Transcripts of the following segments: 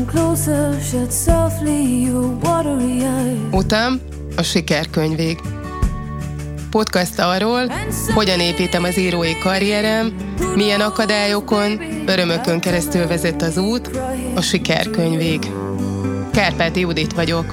Come closer, shut softly your watery eyes. Utam a sikerkönyvig. Podcast arról, hogyan építem az írói karrierem, milyen akadályokon, örömökön keresztül vezet az út a sikerkönyvig. Kárpáti Judit vagyok.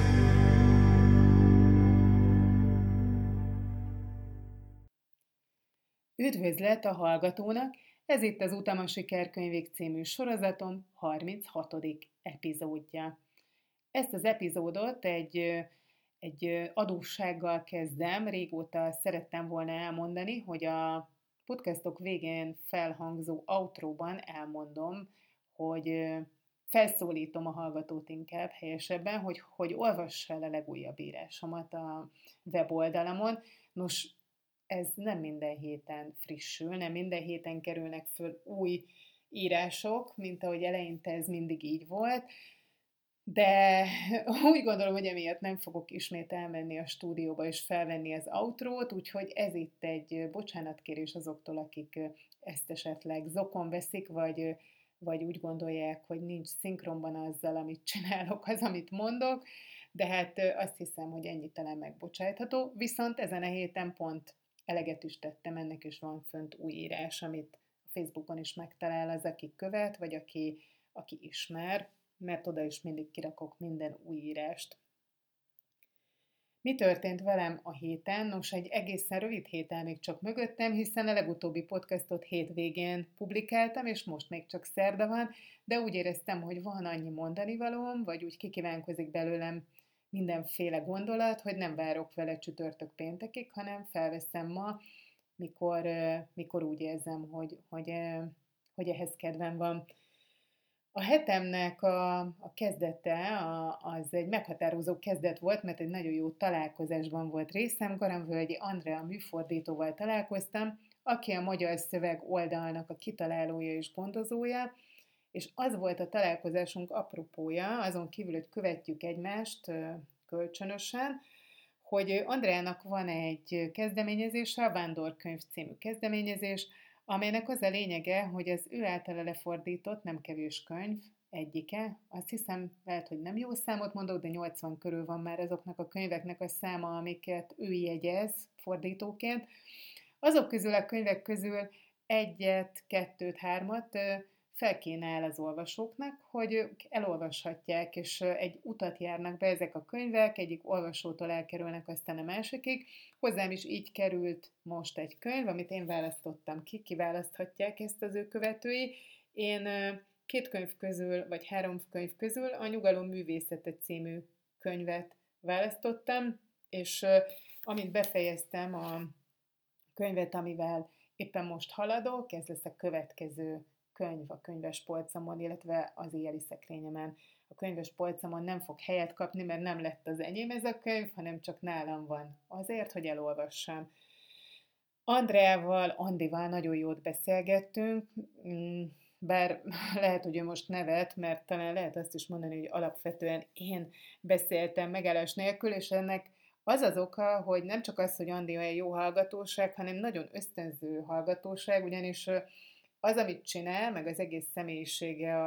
Üdvözlet a hallgatónak! Ez itt az Utam a sikerkönyvig című sorozatom 36. epizódja. Ezt az epizódot egy adóssággal kezdem. Régóta szerettem volna elmondani, hogy a podcastok végén felhangzó outróban elmondom, hogy felszólítom a hallgatót inkább helyesebben, hogy olvassa el a legújabb írásomat a weboldalamon. Nos, ez nem minden héten frissül, nem minden héten kerülnek föl új írások, mint ahogy eleinte ez mindig így volt, de úgy gondolom, hogy emiatt nem fogok ismét elmenni a stúdióba és felvenni az outrót, úgyhogy ez itt egy bocsánatkérés azoktól, akik ezt esetleg zokon veszik, vagy úgy gondolják, hogy nincs szinkronban azzal, amit csinálok, az, amit mondok, de hát azt hiszem, hogy ennyi talán megbocsájtható, viszont ezen a héten pont eleget is tettem, ennek is van fönt új írás, amit a Facebookon is megtalál az, aki követ, vagy aki ismer, mert oda is mindig kirakok minden új írást. Mi történt velem a héten? Nos, egy egészen rövid héten még csak mögöttem, hiszen a legutóbbi podcastot hétvégén publikáltam, és most még csak szerda van, de úgy éreztem, hogy van annyi mondanivalóm, vagy úgy kikívánkozik belőlem mindenféle gondolat, hogy nem várok vele csütörtök péntekig, hanem felveszem ma, mikor úgy érzem, hogy ehhez kedvem van. A hetemnek a kezdete az egy meghatározó kezdet volt, mert egy nagyon jó találkozásban volt részem. Garamvölgyi Andrea műfordítóval találkoztam, aki a magyar szöveg oldalnak a kitalálója és gondozója, és az volt a találkozásunk apropója, azon kívül, hogy követjük egymást kölcsönösen, hogy Andreának van egy kezdeményezése, a Vándorkönyv című kezdeményezés, amelynek az a lényege, hogy az ő általa lefordított nem kevés könyv egyike, azt hiszem, lehet, hogy nem jó számot mondok, de 80 körül van már azoknak a könyveknek a száma, amiket ő jegyez fordítóként. Azok közül a könyvek közül egyet, kettőt, hármat felkínál az olvasóknak, hogy ők elolvashatják, és egy utat járnak be ezek a könyvek, egyik olvasótól elkerülnek aztán a másikig. Hozzám is így került most egy könyv, amit én választottam ki, kiválaszthatják ezt az ő követői. Én 2 könyv közül, vagy 3 könyv közül a Nyugalom művészete című könyvet választottam, és amint befejeztem a könyvet, amivel éppen most haladok, ez lesz a következő könyv a könyves polcamon, illetve az éjjeli szekrényemen. A könyves polcamon nem fog helyet kapni, mert nem lett az enyém ez a könyv, hanem csak nálam van. Azért, hogy elolvassam. Andival nagyon jót beszélgettünk, bár lehet, hogy ő most nevet, mert talán lehet azt is mondani, hogy alapvetően én beszéltem megállás nélkül, és ennek az az oka, hogy nem csak az, hogy Andi olyan jó hallgatóság, hanem nagyon ösztönző hallgatóság, ugyanis az, amit csinál, meg az egész személyisége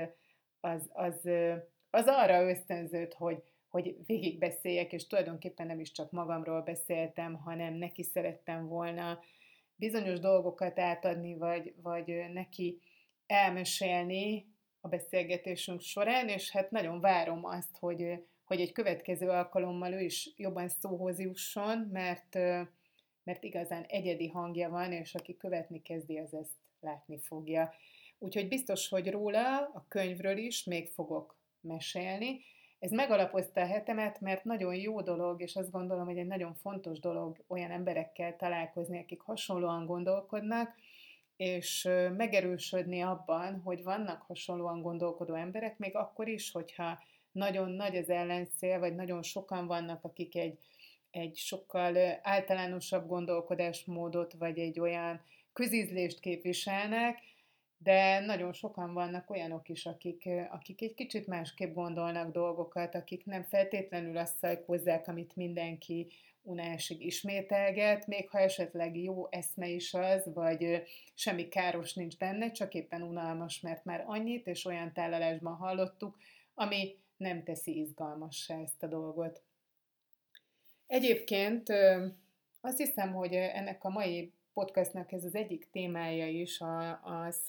az arra ösztönzött, hogy végigbeszéljek, és tulajdonképpen nem is csak magamról beszéltem, hanem neki szerettem volna bizonyos dolgokat átadni, vagy neki elmesélni a beszélgetésünk során, és hát nagyon várom azt, hogy egy következő alkalommal ő is jobban szóhoz jusson, mert igazán egyedi hangja van, és aki követni kezdi, az ezt látni fogja. Úgyhogy biztos, hogy róla, a könyvről is még fogok mesélni. Ez megalapozta a hetemet, mert nagyon jó dolog, és azt gondolom, hogy egy nagyon fontos dolog olyan emberekkel találkozni, akik hasonlóan gondolkodnak, és megerősödni abban, hogy vannak hasonlóan gondolkodó emberek, még akkor is, hogyha nagyon nagy az ellenszél, vagy nagyon sokan vannak, akik egy sokkal általánosabb gondolkodásmódot, vagy egy olyan közízlést képviselnek, de nagyon sokan vannak olyanok is, akik egy kicsit másképp gondolnak dolgokat, akik nem feltétlenül azt szajkózzák, amit mindenki unásig ismételget, még ha esetleg jó eszme is az, vagy semmi káros nincs benne, csak éppen unalmas, mert már annyit és olyan tálalásban hallottuk, ami nem teszi izgalmassá ezt a dolgot. Egyébként azt hiszem, hogy ennek a mai podcastnak ez az egyik témája is az,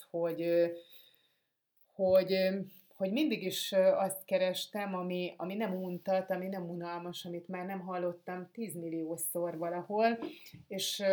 hogy mindig is azt kerestem, ami nem untat, ami nem unalmas, amit már nem hallottam 10 milliószor valahol, és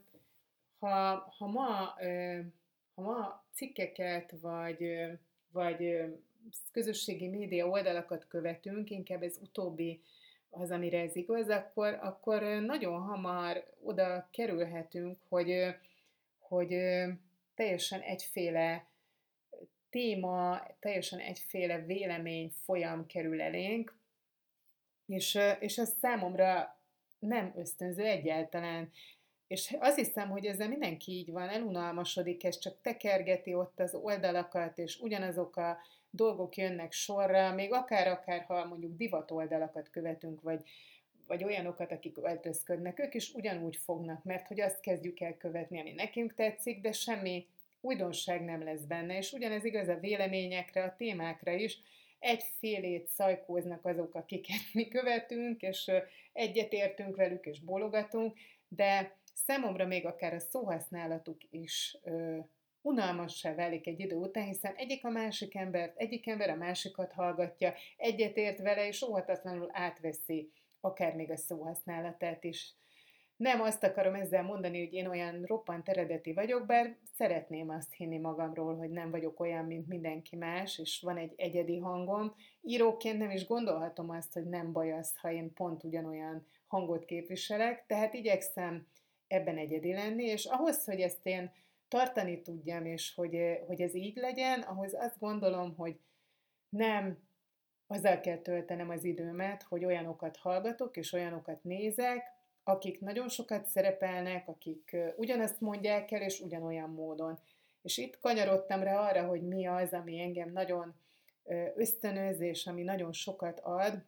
ha ma cikkeket vagy közösségi média oldalakat követünk, inkább ez utóbbi az, amire ez igaz, akkor nagyon hamar oda kerülhetünk, hogy teljesen egyféle téma, teljesen egyféle vélemény folyam kerül elénk, és ez számomra nem ösztönző egyáltalán. És azt hiszem, hogy ezzel mindenki így van, elunalmasodik, ez csak tekergeti ott az oldalakat, és ugyanazok a dolgok jönnek sorra, még akár ha mondjuk divat oldalakat követünk, vagy olyanokat, akik öltözködnek, ők is ugyanúgy fognak, mert hogy azt kezdjük el követni, ami nekünk tetszik, de semmi újdonság nem lesz benne, és ugyanez igaz a véleményekre, a témákra is, egyfélét szajkóznak azok, akiket mi követünk, és egyetértünk velük, és bólogatunk, de számomra még akár a szóhasználatuk is unalmassá válik egy idő után, hiszen egyik ember a másikat hallgatja, egyetért vele, és óhatatlanul átveszi akár még a szóhasználatát is. Nem azt akarom ezzel mondani, hogy én olyan roppant eredeti vagyok, bár szeretném azt hinni magamról, hogy nem vagyok olyan, mint mindenki más, és van egy egyedi hangom. Íróként nem is gondolhatom azt, hogy nem baj az, ha én pont ugyanolyan hangot képviselek, tehát igyekszem ebben egyedi lenni, és ahhoz, hogy ezt én tartani tudjam, és hogy ez így legyen, ahhoz azt gondolom, hogy nem azzal kell töltenem az időmet, hogy olyanokat hallgatok, és olyanokat nézek, akik nagyon sokat szerepelnek, akik ugyanazt mondják el, és ugyanolyan módon. És itt kanyarodtam rá arra, hogy mi az, ami engem nagyon ösztönöz, és ami nagyon sokat ad,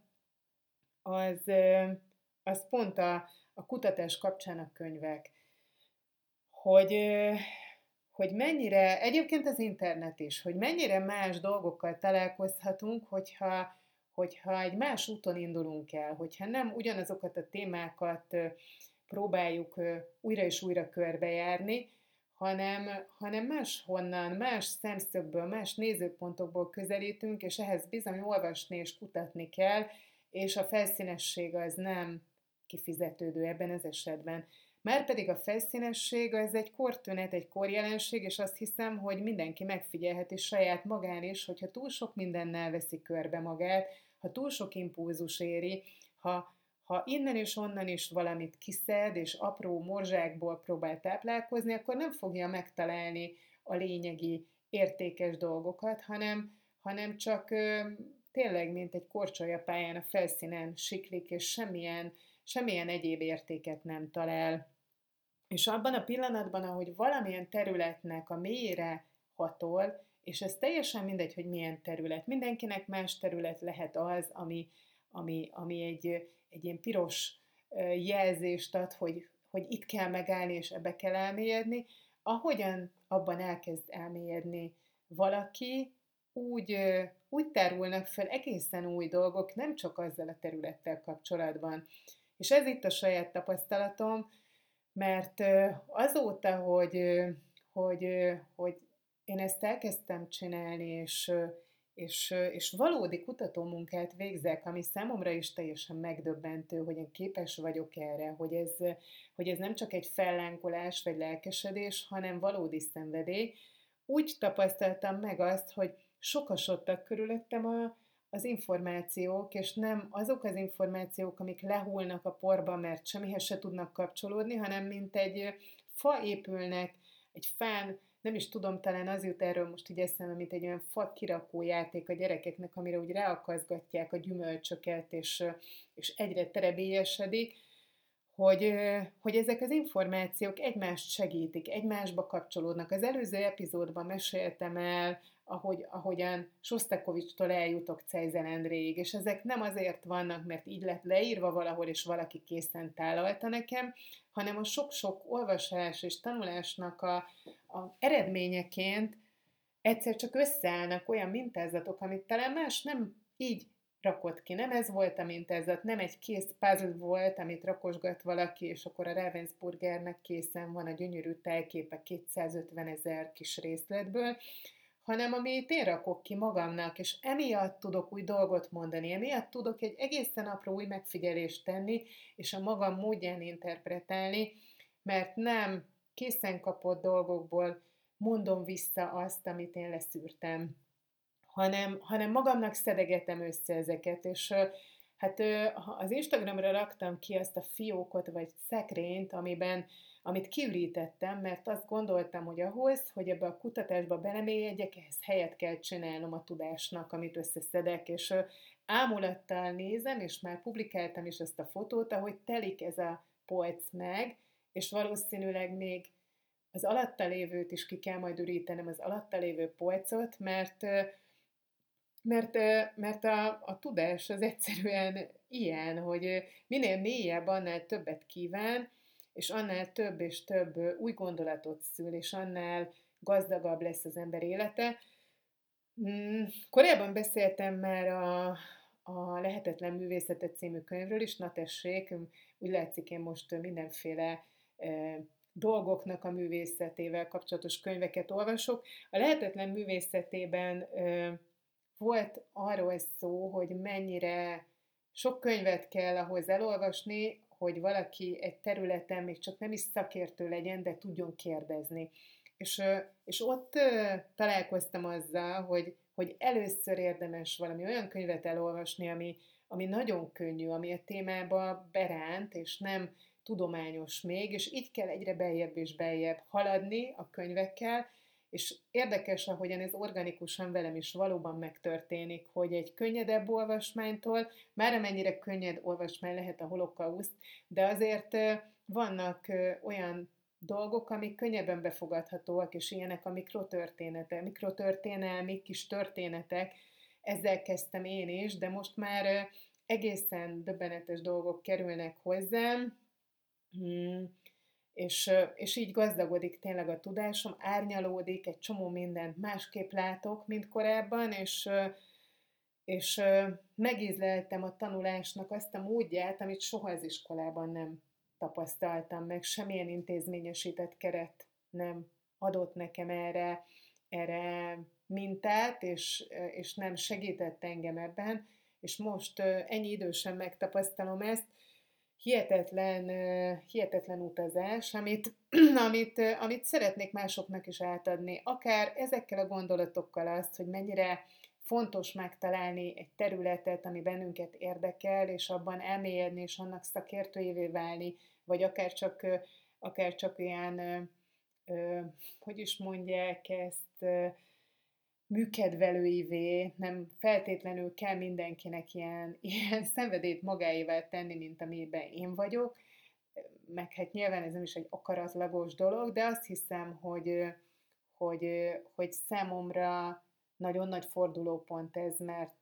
az pont a kutatás kapcsán a könyvek. Hogy mennyire, egyébként az internet is, hogy mennyire más dolgokkal találkozhatunk, hogyha egy más úton indulunk el, hogyha nem ugyanazokat a témákat próbáljuk újra és újra körbejárni, hanem máshonnan, más szemszögből, más nézőpontokból közelítünk, és ehhez bizony olvasni és kutatni kell, és a felszínesség az nem kifizetődő ebben az esetben. Márpedig a felszínesség az egy kortünet, egy korjelenség, és azt hiszem, hogy mindenki megfigyelheti saját magán is, hogyha túl sok mindennel veszi körbe magát, ha túl sok impulzus éri, ha innen és onnan is valamit kiszed, és apró morzsákból próbál táplálkozni, akkor nem fogja megtalálni a lényegi, értékes dolgokat, hanem csak tényleg, mint egy korcsolyapályán a felszínen siklik, és semmilyen egyéb értéket nem talál. És abban a pillanatban, ahogy valamilyen területnek a mélyére hatol, és ez teljesen mindegy, hogy milyen terület. Mindenkinek más terület lehet az, ami egy ilyen piros jelzést ad, hogy itt kell megállni, és ebbe kell elmélyedni. Ahogyan abban elkezd elmélyedni valaki, úgy tárulnak fel egészen új dolgok, nem csak azzal a területtel kapcsolatban. És ez itt a saját tapasztalatom, mert azóta, hogy én ezt elkezdtem csinálni, és valódi kutatómunkát végzek, ami számomra is teljesen megdöbbentő, hogy én képes vagyok erre, hogy ez nem csak egy fellánkolás vagy lelkesedés, hanem valódi szenvedély. Úgy tapasztaltam meg azt, hogy sokasodtak körülöttem az információk, és nem azok az információk, amik lehúlnak a porba, mert semmihez se tudnak kapcsolódni, hanem mint egy fa épülnek, egy fán, nem is tudom, talán az jut erről most így eszembe, mint egy olyan fa kirakó játék a gyerekeknek, amire úgy ráakaszgatják a gyümölcsöket, és egyre terebélyesedik, hogy ezek az információk egymást segítik, egymásba kapcsolódnak. Az előző epizódban meséltem el, ahogyan Sosztakovicstól eljutok Cejzel Endréig, és ezek nem azért vannak, mert így lett leírva valahol, és valaki készen tálalta nekem, hanem a sok-sok olvasás és tanulásnak a eredményeként egyszer csak összeállnak olyan mintázatok, amit talán más nem így rakott ki. Nem ez volt a mintázat, nem egy kész puzzle volt, amit rakosgat valaki, és akkor a Ravensburgernek készen van a gyönyörű tejképe 250 000 kis részletből, hanem amit én rakok ki magamnak, és emiatt tudok új dolgot mondani, emiatt tudok egy egészen apró új megfigyelést tenni, és a magam módján interpretálni, mert nem készen kapott dolgokból mondom vissza azt, amit én leszűrtem, hanem magamnak szedegetem össze ezeket, és hát az Instagramra raktam ki azt a fiókot, vagy szekrényt, amit kiürítettem, mert azt gondoltam, hogy ahhoz, hogy ebbe a kutatásba belemélyedjek, ehhez helyet kell csinálnom a tudásnak, amit összeszedek, és ámulattal nézem, és már publikáltam is ezt a fotót, ahogy telik ez a polc meg, és valószínűleg még az alatta lévőt is ki kell majd ürítenem, az alatta lévő polcot, mert a tudás az egyszerűen ilyen, hogy minél mélyebb, annál többet kíván, és annál több és több új gondolatot szül, és annál gazdagabb lesz az ember élete. Korábban beszéltem már a Lehetetlen művészete című könyvről is, na tessék, úgy látszik, én most mindenféle dolgoknak a művészetével kapcsolatos könyveket olvasok. A Lehetetlen művészetében volt arról szó, hogy mennyire sok könyvet kell ahhoz elolvasni, hogy valaki egy területen még csak nem is szakértő legyen, de tudjon kérdezni. És ott találkoztam azzal, hogy először érdemes valami olyan könyvet elolvasni, ami nagyon könnyű, ami a témába beránt, és nem tudományos még, és így kell egyre beljebb és beljebb haladni a könyvekkel, és érdekes, ahogyan ez organikusan velem is valóban megtörténik, hogy egy könnyedebb olvasmánytól, már amennyire könnyed olvasmány lehet a holokauszt, de azért vannak olyan dolgok, amik könnyebben befogadhatóak, és ilyenek a mikrotörténelmi kis történetek, ezzel kezdtem én is, de most már egészen döbbenetes dolgok kerülnek hozzám, és így gazdagodik tényleg a tudásom, árnyalódik, egy csomó mindent másképp látok, mint korábban, és megízleltem a tanulásnak azt a módját, amit soha az iskolában nem tapasztaltam meg, semmilyen intézményesített keret nem adott nekem erre mintát, és nem segített engem ebben, és most ennyi idősen megtapasztalom ezt, hihetetlen utazás, amit szeretnék másoknak is átadni. Akár ezekkel a gondolatokkal azt, hogy mennyire fontos megtalálni egy területet, ami bennünket érdekel, és abban elmélyedni, és annak szakértőjévé válni, vagy akár csak ilyen, hogy is mondják ezt, műkedvelőivé, nem feltétlenül kell mindenkinek ilyen szenvedélyt magáévá tenni, mint amiben én vagyok, meg hát nyilván ez nem is egy akaratlagos dolog, de azt hiszem, hogy számomra nagyon nagy fordulópont ez,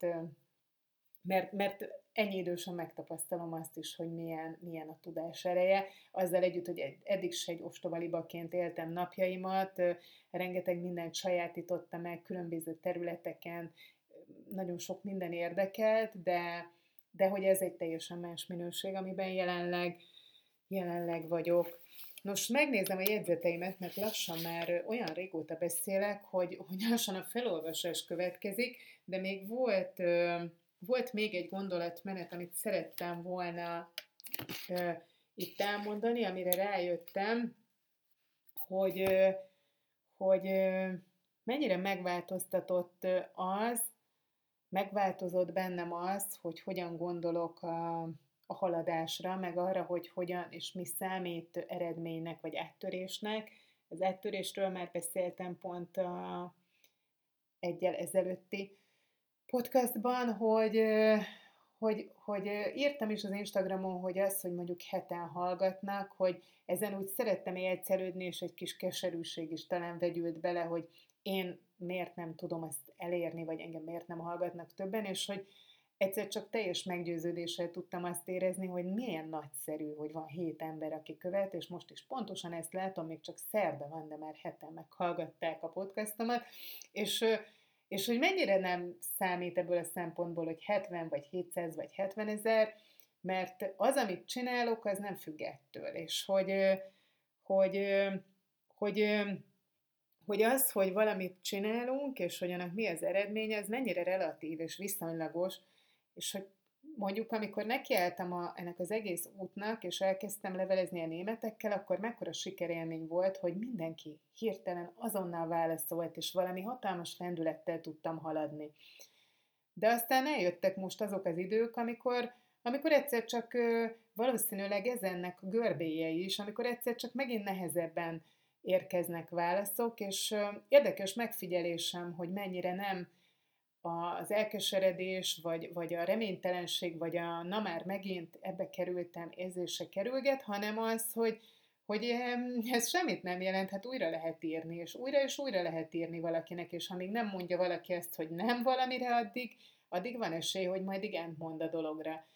mert ennyi idősen megtapasztalom azt is, hogy milyen a tudás ereje. Azzal együtt, hogy eddig se egy ostobalibaként éltem napjaimat, rengeteg mindent sajátítottam meg különböző területeken, nagyon sok minden érdekelt, de hogy ez egy teljesen más minőség, amiben jelenleg vagyok. Nos, megnézem a jegyzeteimet, mert lassan már olyan régóta beszélek, hogy lassan a felolvasás következik, de még volt még egy gondolatmenet, amit szerettem volna itt elmondani, amire rájöttem, hogy mennyire megváltozott bennem az, hogy hogyan gondolok a haladásra, meg arra, hogy hogyan és mi számít eredménynek vagy áttörésnek. Az áttörésről már beszéltem pont egyel ezelőtti podcastban, hogy írtam is az Instagramon, hogy mondjuk heten hallgatnak, hogy ezen úgy szerettem élcelődni, és egy kis keserűség is talán vegyült bele, hogy én miért nem tudom ezt elérni, vagy engem miért nem hallgatnak többen, és hogy egyszer csak teljes meggyőződéssel tudtam azt érezni, hogy milyen nagyszerű, hogy van 7 ember, aki követ, és most is pontosan ezt látom, még csak szerda van, de már heten meghallgatták a podcastomat, és És hogy mennyire nem számít ebből a szempontból, hogy 70 vagy 700 vagy 70 ezer, mert az, amit csinálok, az nem függ ettől. És hogy, hogy, hogy az, hogy valamit csinálunk, és hogy annak mi az eredménye, ez mennyire relatív és viszonylagos, és hogy mondjuk, amikor nekiálltam ennek az egész útnak, és elkezdtem levelezni a németekkel, akkor mekkora sikerélmény volt, hogy mindenki hirtelen azonnal válaszolt, és valami hatalmas lendülettel tudtam haladni. De aztán eljöttek most azok az idők, amikor egyszer csak valószínűleg ez ennek a görbéje is, amikor egyszer csak megint nehezebben érkeznek válaszok, és érdekes megfigyelésem, hogy mennyire nem az elkeseredés, vagy a reménytelenség, vagy a na már megint ebbe kerültem érzése kerülget, hanem az, hogy ez semmit nem jelent, hát újra lehet írni, és újra lehet írni valakinek, és amíg nem mondja valaki ezt, hogy nem valamire, addig van esély, hogy majd igent mond a dologra.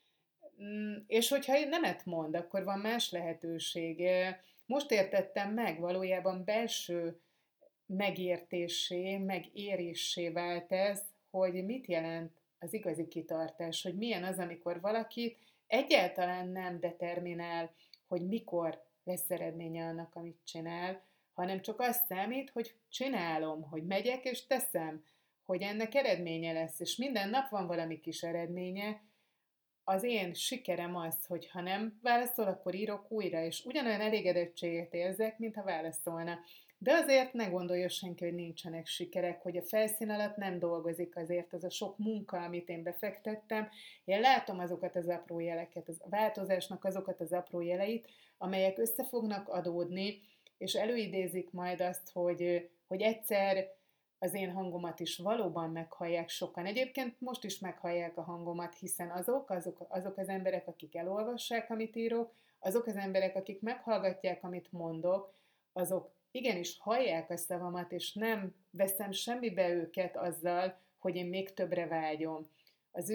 És hogyha nemet mond, akkor van más lehetőség. Most értettem meg, valójában belső megértésé, megéréssé vált ez, hogy mit jelent az igazi kitartás, hogy milyen az, amikor valaki egyáltalán nem determinál, hogy mikor lesz eredménye annak, amit csinál, hanem csak azt számít, hogy csinálom, hogy megyek és teszem, hogy ennek eredménye lesz, és minden nap van valami kis eredménye. Az én sikerem az, hogy ha nem válaszol, akkor írok újra, és ugyanolyan elégedettséget érzek, mint ha válaszolna. De azért ne gondolja senki, hogy nincsenek sikerek, hogy a felszín alatt nem dolgozik azért az a sok munka, amit én befektettem. Én látom azokat az apró jeleket, a változásnak azokat az apró jeleit, amelyek össze fognak adódni, és előidézik majd azt, hogy egyszer az én hangomat is valóban meghallják sokan. Egyébként most is meghallják a hangomat, hiszen azok az emberek, akik elolvassák, amit írok, azok az emberek, akik meghallgatják, amit mondok, azok igenis hallják a szavamat, és nem veszem semmibe őket azzal, hogy én még többre vágyom. Az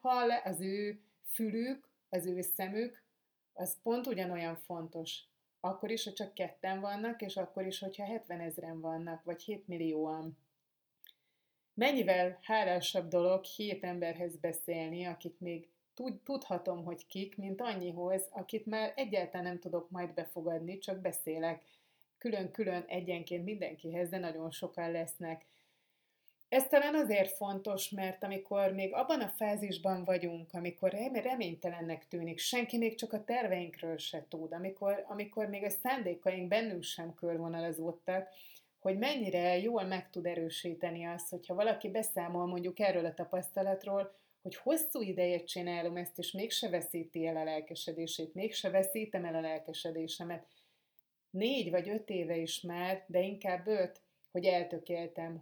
ő fülük, az ő szemük, az pont ugyanolyan fontos. Akkor is, ha csak ketten vannak, és akkor is, hogyha 70 000 vannak, vagy 7 millióan. Mennyivel hálásabb dolog 7 emberhez beszélni, akik még tudhatom, hogy kik, mint annyihoz, akit már egyáltalán nem tudok majd befogadni, csak beszélek külön-külön egyenként mindenkihez, de nagyon sokan lesznek. Ez talán azért fontos, mert amikor még abban a fázisban vagyunk, amikor reménytelennek tűnik, senki még csak a terveinkről se tud, amikor még a szándékaink bennünk sem körvonalazódtak, hogy mennyire jól meg tud erősíteni azt, hogyha valaki beszámol mondjuk erről a tapasztalatról, hogy hosszú ideje csinálom ezt, és mégse veszíti el a lelkesedését, mégse veszítem el a lelkesedésemet. 4 vagy 5 éve is már, de inkább 5, hogy eltökéltem,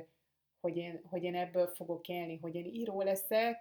hogy én ebből fogok élni, hogy én író leszek,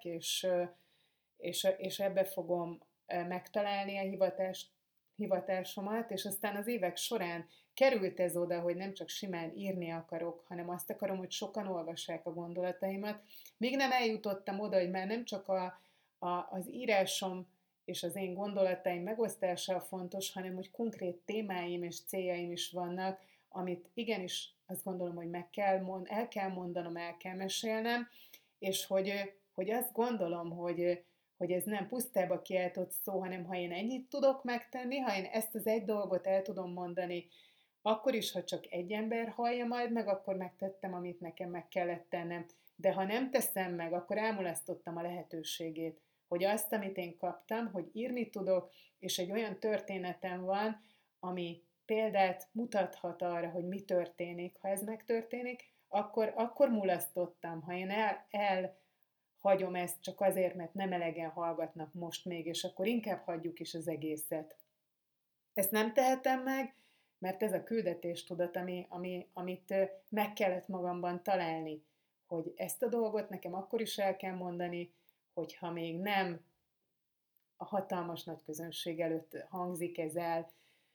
és ebbe fogom megtalálni a hivatásomat, és aztán az évek során került ez oda, hogy nem csak simán írni akarok, hanem azt akarom, hogy sokan olvassák a gondolataimat. Még nem eljutottam oda, hogy már nem csak az írásom és az én gondolataim megosztása fontos, hanem hogy konkrét témáim és céljaim is vannak, amit igenis azt gondolom, hogy el kell mondanom, el kell mesélnem, és hogy azt gondolom, hogy ez nem pusztába kiáltott szó, hanem ha én ennyit tudok megtenni, ha én ezt az egy dolgot el tudom mondani, akkor is, ha csak egy ember hallja majd meg, akkor megtettem, amit nekem meg kellett tennem. De ha nem teszem meg, akkor elmulasztottam a lehetőségét, hogy azt, amit én kaptam, hogy írni tudok, és egy olyan történetem van, ami példát mutathat arra, hogy mi történik. Ha ez megtörténik, akkor mulasztottam. Ha én elhagyom ezt csak azért, mert nem elegen hallgatnak most még, és akkor inkább hagyjuk is az egészet. Ezt nem tehetem meg, mert ez a küldetéstudat, amit meg kellett magamban találni, hogy ezt a dolgot nekem akkor is el kell mondani, hogyha még nem a hatalmas nagy közönség előtt hangzik ez el.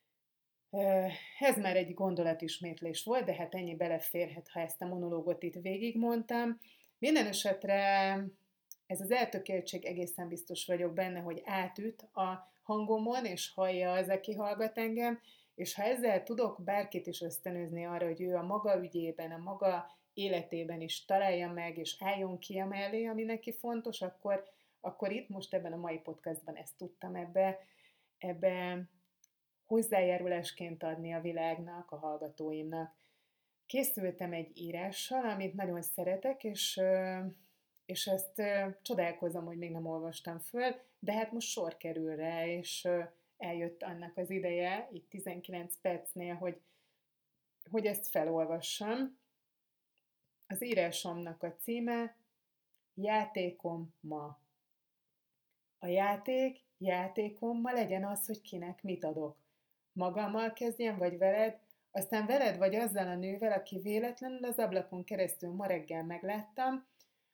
Ez már egy gondolatismétlés volt, de hát ennyi beleférhet, ha ezt a monológot itt végigmondtam. Minden esetre ez az eltökéltség, egészen biztos vagyok benne, hogy átüt a hangomon, és hallja az, aki hallgat engem, És ha ezzel tudok bárkit is ösztönözni arra, hogy ő a maga ügyében, a maga életében is találja meg, és álljon ki a mellé, ami neki fontos, akkor itt most ebben a mai podcastban ezt tudtam ebbe hozzájárulásként adni a világnak, a hallgatóimnak. Készültem egy írással, amit nagyon szeretek, és ezt csodálkozom, hogy még nem olvastam föl, de hát most sor kerül rá, és eljött annak az ideje, itt 19 percnél, hogy ezt felolvassam. Az írásomnak a címe Játékom ma. A játékom ma legyen az, hogy kinek mit adok. Magammal kezdjem, vagy veled, aztán veled vagy azzal a nővel, aki véletlenül az ablakon keresztül ma reggel megláttam,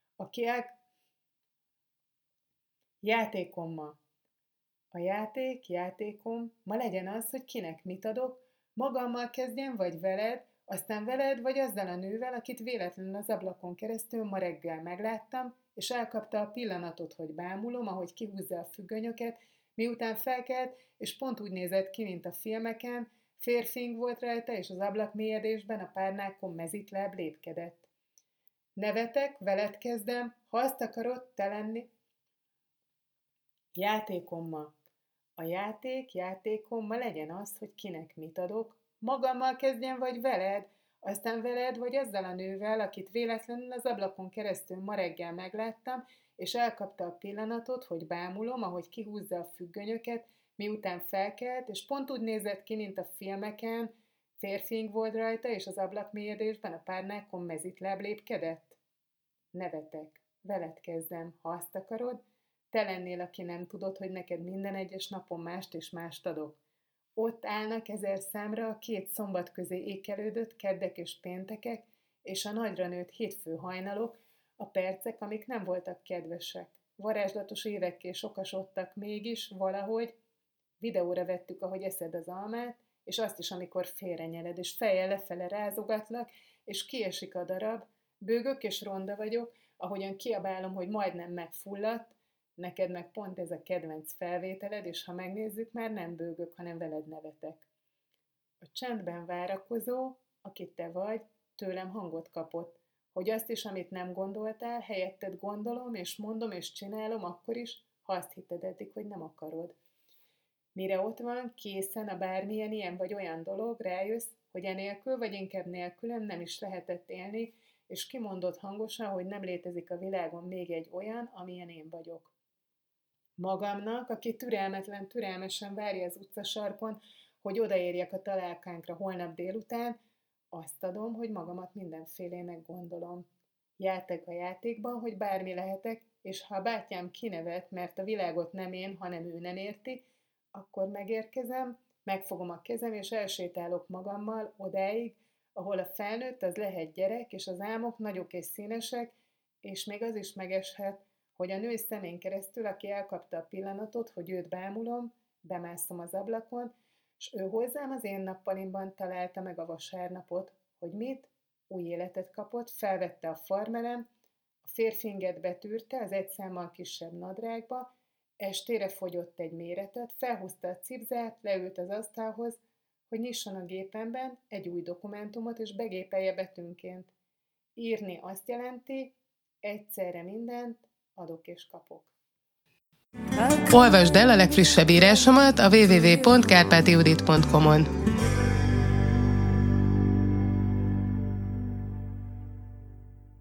Játékom ma. A játékom ma legyen az, hogy kinek mit adok, magammal kezdjem, vagy veled, aztán veled vagy azzal a nővel, akit véletlenül az ablakon keresztül ma reggel megláttam, és elkapta a pillanatot, hogy bámulom, ahogy kihúzza a függönyöket, miután felkelt, és pont úgy nézett ki, mint a filmeken, férfing volt rajta, és az ablakmélyedésben a párnákon mezitláb lépkedett. Nevetek, veled kezdem, ha azt akarod, te lenni. Játékom ma. A játékom ma legyen az, hogy kinek mit adok, magammal kezdjem, vagy veled, aztán veled, vagy azzal a nővel, akit véletlenül az ablakon keresztül ma reggel megláttam, és elkapta a pillanatot, hogy bámulom, ahogy kihúzza a függönyöket, miután felkelt, és pont úgy nézett ki, mint a filmeken, férfing volt rajta, és az ablakmélyedésben a párnákon mezitláb lépkedett. Nevetek, veled kezdem, ha azt akarod, te lennél, aki nem tudod, hogy neked minden egyes napon mást és mást adok. Ott állnak 1000 számra a 2 szombat közé ékelődött keddek és péntekek, és a nagyra nőtt hétfő hajnalok, a percek, amik nem voltak kedvesek. Varázslatos évekké sokasodtak mégis, valahogy. Videóra vettük, ahogy eszed az almát, és azt is, amikor félrenyeled, és fejjel lefele rázogatlak, és kiesik a darab, bőgök és ronda vagyok, ahogyan kiabálom, hogy majdnem megfulladt, neked meg pont ez a kedvenc felvételed, és ha megnézzük, már nem bőgök, hanem veled nevetek. A csendben várakozó, aki te vagy, tőlem hangot kapott, hogy azt is, amit nem gondoltál, helyetted gondolom, és mondom, és csinálom akkor is, ha azt hitted eddig, hogy nem akarod. Mire ott van, készen a bármilyen ilyen vagy olyan dolog, rájössz, hogy enélkül, vagy inkább nélkülem nem is lehetett élni, és kimondod hangosan, hogy nem létezik a világon még egy olyan, amilyen én vagyok. Magamnak, aki türelmesen várja az utcasarkon, hogy odaérjek a találkánkra holnap délután, azt adom, hogy magamat mindenfélének gondolom. Játék a játékban, hogy bármi lehetek, és ha a bátyám kinevet, mert a világot nem én, hanem ő nem érti, akkor megérkezem, megfogom a kezem, és elsétálok magammal odáig, ahol a felnőtt az lehet gyerek, és az álmok nagyok és színesek, és még az is megeshet, hogy a nő szemén keresztül, aki elkapta a pillanatot, hogy őt bámulom, bemászom az ablakon, és ő hozzám az én nappalimban találta meg a vasárnapot, hogy mit? Új életet kapott, felvette a farmerem, a férfinget betűrte az egy számmal kisebb nadrágba, estére fogyott egy méretet, felhúzta a cipzát, leült az asztalhoz, hogy nyisson a gépemben egy új dokumentumot, és begépelje betűnként. Írni azt jelenti, egyszerre mindent, adok és kapok. Olvasd el a legfrissebb írásomat a www.kárpátiudit.com-on.